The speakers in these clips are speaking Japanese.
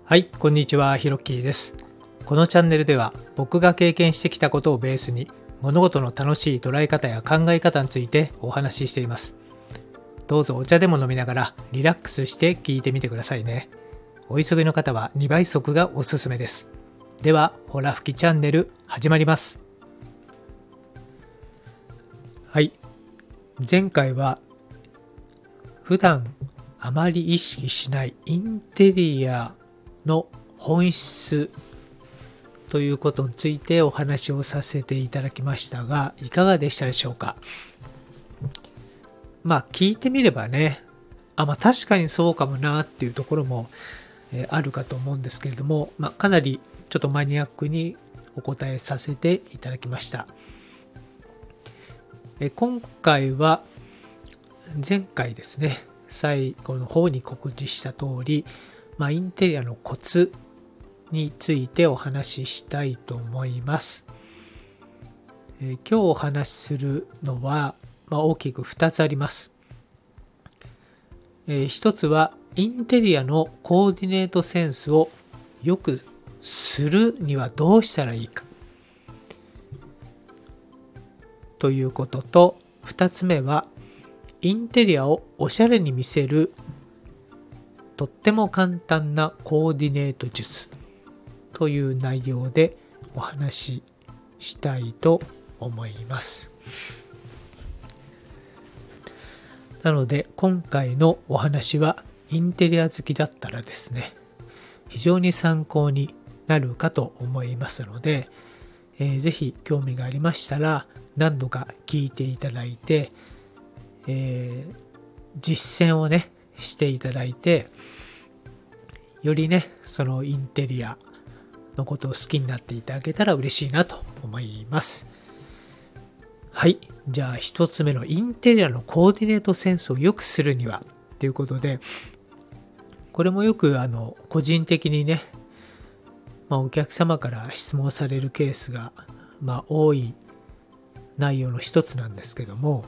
はい、こんにちは、ひろっきーです。このチャンネルでは僕が経験してきたことをベースに物事の楽しい捉え方や考え方についてお話ししています。どうぞお茶でも飲みながらリラックスして聞いてみてくださいね。お急ぎの方は2倍速がおすすめです。では、ほら吹きチャンネル始まります。はい、前回は普段あまり意識しないインテリアの本質ということについてお話をさせていただきましたが、いかがでしたでしょうか。聞いてみればね、確かにそうかもなっていうところもあるかと思うんですけれども、かなりちょっとマニアックにお答えさせていただきました。今回は前回ですね、最後の方に告知した通り、インテリアのコツについてお話ししたいと思います。今日お話しするのは、大きく2つあります。1つはインテリアのコーディネートセンスを良くするにはどうしたらいいかということと、2つ目はインテリアをおしゃれに見せるとっても簡単なコーディネート術という内容でお話ししたいと思います。なので今回のお話はインテリア好きだったらですね、非常に参考になるかと思いますので、ぜひ興味がありましたら何度か聞いていただいて、実践をねしていただいて、よりねそのインテリアのことを好きになっていただけたら嬉しいなと思います。はい、じゃあ一つ目のインテリアのコーディネートセンスを良くするにはということで、これもよく個人的にね、お客様から質問されるケースが多い内容の一つなんですけども、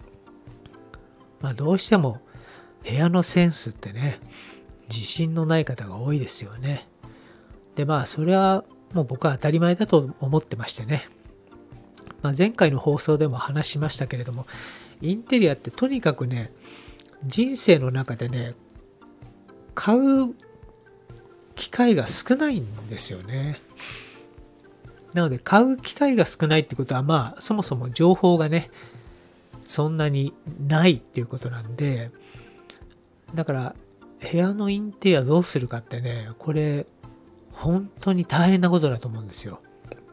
どうしても部屋のセンスってね、自信のない方が多いですよね。でそれはもう僕は当たり前だと思ってましてね。前回の放送でも話しましたけれども、インテリアってとにかくね、人生の中でね、買う機会が少ないんですよね。なので買う機会が少ないってことはそもそも情報がね、そんなにないっていうことなんで、だから部屋のインテリアどうするかってね、これ本当に大変なことだと思うんですよ。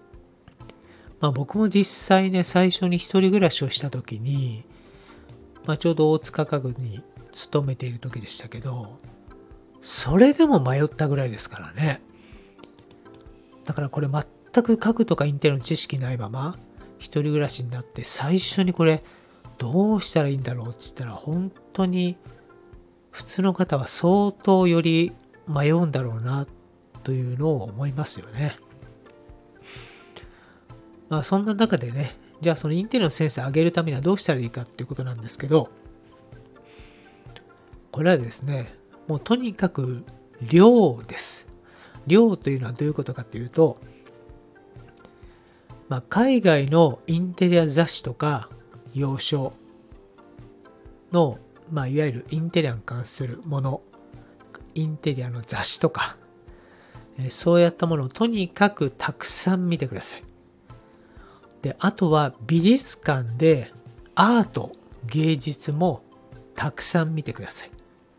僕も実際ね、最初に一人暮らしをした時に、ちょうど大塚家具に勤めている時でしたけど、それでも迷ったぐらいですからね。だからこれ全く家具とかインテリアの知識ないまま一人暮らしになって、最初にこれどうしたらいいんだろうって言ったら、本当に普通の方は相当より迷うんだろうなというのを思いますよね。そんな中でね、じゃあそのインテリアのセンスを上げるためにはどうしたらいいかっていうことなんですけど、これはですね、もうとにかく量です。量というのはどういうことかというと、海外のインテリア雑誌とか洋書の、いわゆるインテリアに関するもの、インテリアの雑誌とか、そういったものをとにかくたくさん見てください。で、あとは美術館でアート、芸術もたくさん見てください。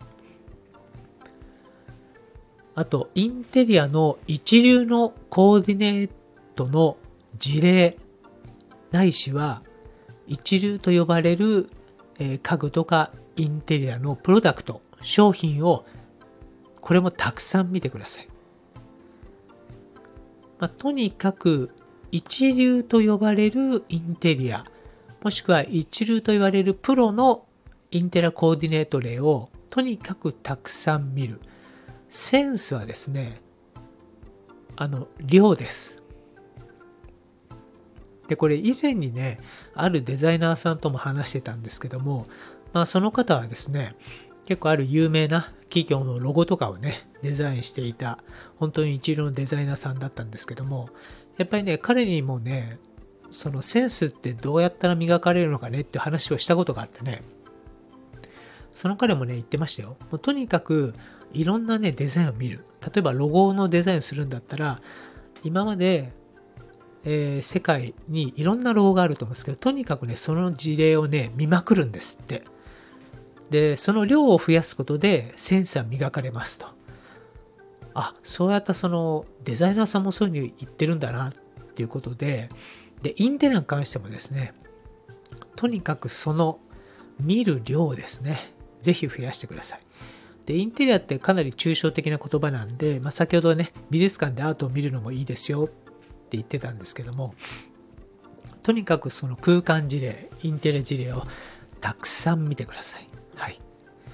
あと、インテリアの一流のコーディネートの事例、ないしは一流と呼ばれる家具とかインテリアのプロダクト、商品をこれもたくさん見てください。とにかく一流と呼ばれるインテリア、もしくは一流と言われるプロのインテリアコーディネート例をとにかくたくさん見る。センスはですね、量です。で、これ以前にね、あるデザイナーさんとも話してたんですけども、その方はですね、結構ある有名な企業のロゴとかをね、 デザインしていた本当に一流のデザイナーさんだったんですけども、やっぱりね、彼にもね、そのセンスってどうやったら磨かれるのかねっていう話をしたことがあってね、その彼もね言ってましたよ。もうとにかくいろんなねデザインを見る。例えばロゴのデザインをするんだったら、今まで、世界にいろんなロゴがあると思うんですけど、とにかくねその事例をね見まくるんですって。でその量を増やすことでセンスは磨かれますと。あ、そうやったそのデザイナーさんもそういうふうに言ってるんだなっていうことで、インテリアに関してもですね、とにかくその見る量をですね、ぜひ増やしてください。で、インテリアってかなり抽象的な言葉なんで、先ほどね、美術館でアートを見るのもいいですよって言ってたんですけども、とにかくその空間事例、インテリア事例をたくさん見てください。はい。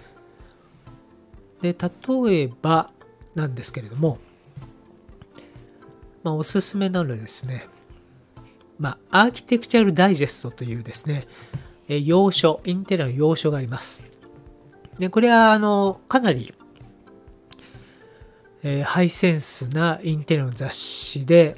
で、例えばなんですけれども、おすすめなのはですね、アーキテクチャルダイジェストというですね、要書、インテリアの要書があります。で、これはかなり、ハイセンスなインテリアの雑誌で、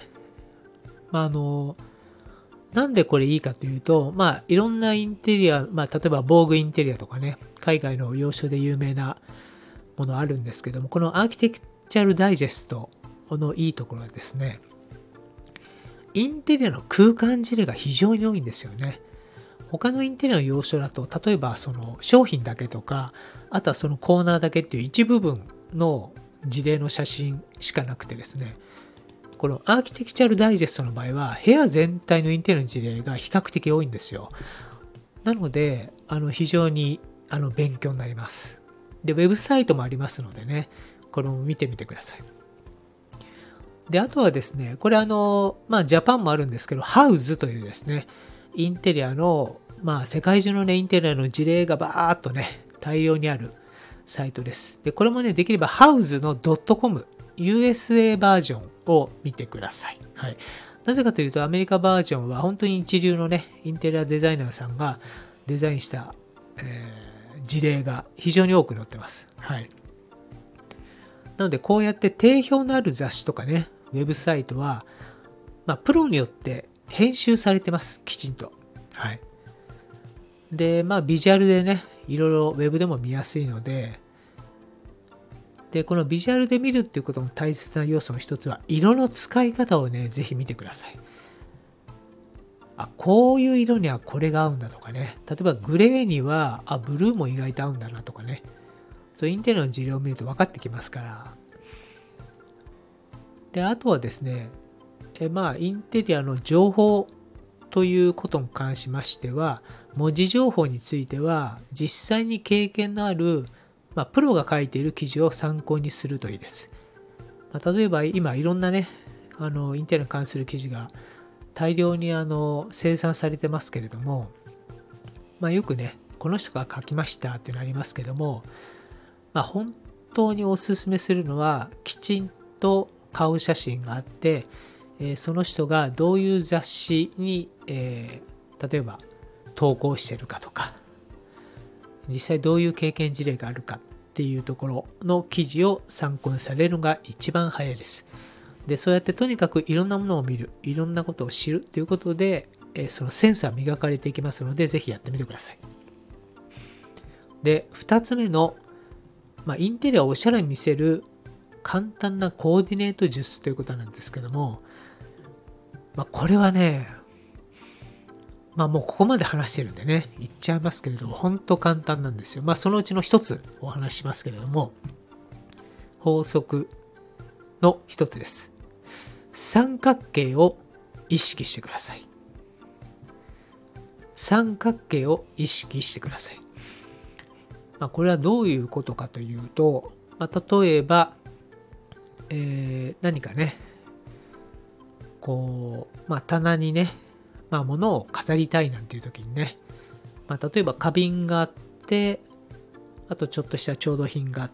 なんでこれいいかというと、いろんなインテリア、例えばボーグインテリアとかね、海外の要書で有名なものあるんですけども、このアーキテクチャルダイジェストのいいところはですね、インテリアの空間事例が非常に多いんですよね。他のインテリアの要所だと、例えばその商品だけとか、あとはそのコーナーだけっていう一部分の事例の写真しかなくてですね、このアーキテクチャルダイジェストの場合は、部屋全体のインテリアの事例が比較的多いんですよ。なので、非常に勉強になります。で、ウェブサイトもありますのでね、これも見てみてください。で、あとはですね、これジャパンもあるんですけど、ハウズというですね、インテリアの、世界中のね、インテリアの事例がバーっとね、大量にあるサイトです。で、これもね、できればハウズの .com、USA バージョンを見てください。はい。なぜかというと、アメリカバージョンは本当に一流のね、インテリアデザイナーさんがデザインした、事例が非常に多く載ってます。はい。なので、こうやって定評のある雑誌とかね、ウェブサイトは、プロによって編集されてます。きちんと。はい。で、ビジュアルでね、いろいろウェブでも見やすいので、で、このビジュアルで見るっていうことの大切な要素の一つは、色の使い方をね、ぜひ見てください。あ、こういう色にはこれが合うんだとかね。例えばグレーには、ブルーも意外と合うんだなとかね。そう、インテリアの事例を見ると分かってきますから。で、あとはですね、インテリアの情報ということに関しましては、文字情報については、実際に経験のある、プロが書いている記事を参考にするといいです。例えば、今いろんなね、インテリアに関する記事が大量に生産されてますけれども、よくね、この人が書きましたってなりますけども、本当におすすめするのは、きちんと顔写真があって、その人がどういう雑誌に、例えば投稿してるかとか、実際どういう経験事例があるかっていうところの記事を参考にされるのが一番早いです。で、そうやってとにかくいろんなものを見る、いろんなことを知るということで、そのセンスは磨かれていきますので、ぜひやってみてください。で、2つ目の、インテリアをおしゃれに見せる簡単なコーディネート術ということなんですけども、これはね、もうここまで話してるんでね、言っちゃいますけれども、本当簡単なんですよ。そのうちの一つお話ししますけれども、法則の一つです。三角形を意識してください。三角形を意識してください。これはどういうことかというと、例えば、何かね、棚にね、物を飾りたいなんていう時にね、例えば花瓶があって、あとちょっとした調度品があって、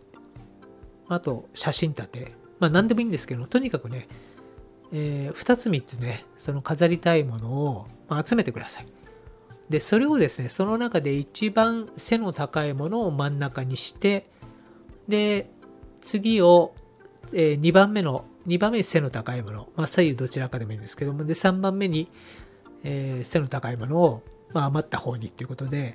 あと写真立て、何でもいいんですけど、とにかくね、2つ3つね、その飾りたいものを集めてください。で、それをですね、その中で一番背の高いものを真ん中にして、で、 次を、2番目に背の高いもの、左右どちらかでもいいんですけども、で、3番目に、背の高いものを、余った方にということで、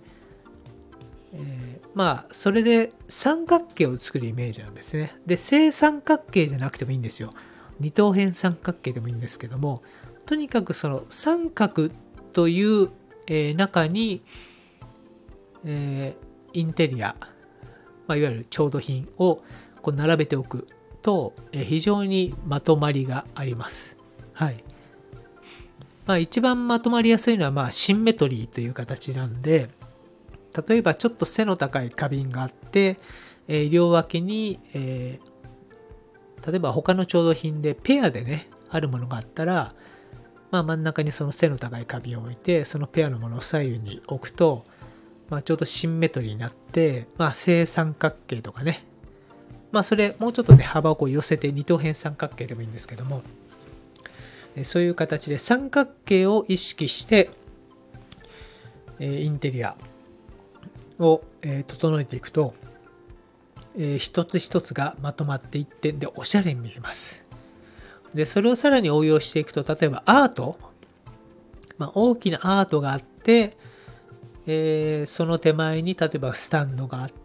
それで三角形を作るイメージなんですね。で、正三角形じゃなくてもいいんですよ。二等辺三角形でもいいんですけども、とにかくその三角という、中に、インテリア、いわゆる調度品をこう並べておくと、非常にまとまりがあります。はい。一番まとまりやすいのはシンメトリーという形なんで、例えばちょっと背の高い花瓶があって、両脇に、例えば他の調度品でペアでね、あるものがあったら、真ん中にその背の高い花瓶を置いて、そのペアのものを左右に置くと、ちょうどシンメトリーになって、正三角形とかね、それもうちょっとね、幅をこう寄せて二等辺三角形でもいいんですけども、そういう形で三角形を意識して、インテリアを整えていくと、一つ一つがまとまっていって、でおしゃれに見えます。でそれをさらに応用していくと、例えばアート、大きなアートがあって、その手前に例えばスタンドがあって、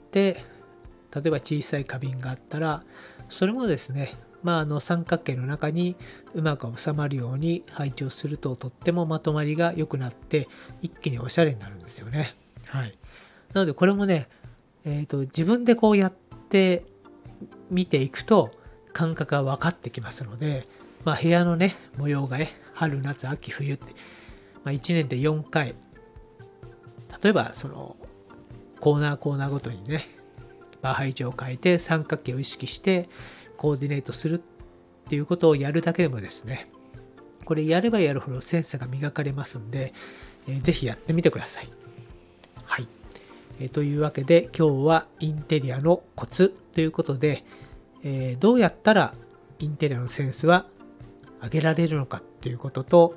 例えば小さい花瓶があったら、それもですね、三角形の中にうまく収まるように配置をすると、とってもまとまりが良くなって一気におしゃれになるんですよね。はい。なのでこれもね、自分でこうやって見ていくと感覚が分かってきますので、部屋のね模様がね、春夏秋冬って、1年で4回、例えばそのコーナーごとにね、配置を変えて三角形を意識してコーディネートするっていうことをやるだけでもですね、これやればやるほどセンスが磨かれますんで、ぜひやってみてください。はい。というわけで今日はインテリアのコツということで、どうやったらインテリアのセンスは上げられるのかということと、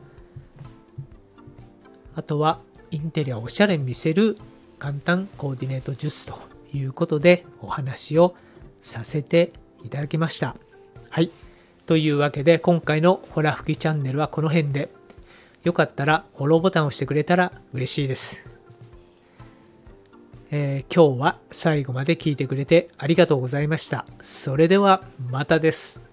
あとはインテリアをおしゃれに見せる簡単コーディネート術ということでお話をさせていただきました。はい。というわけで今回のほら吹きチャンネルはこの辺で、よかったらフォローボタンを押してくれたら嬉しいです。今日は最後まで聞いてくれてありがとうございました。それではまたです。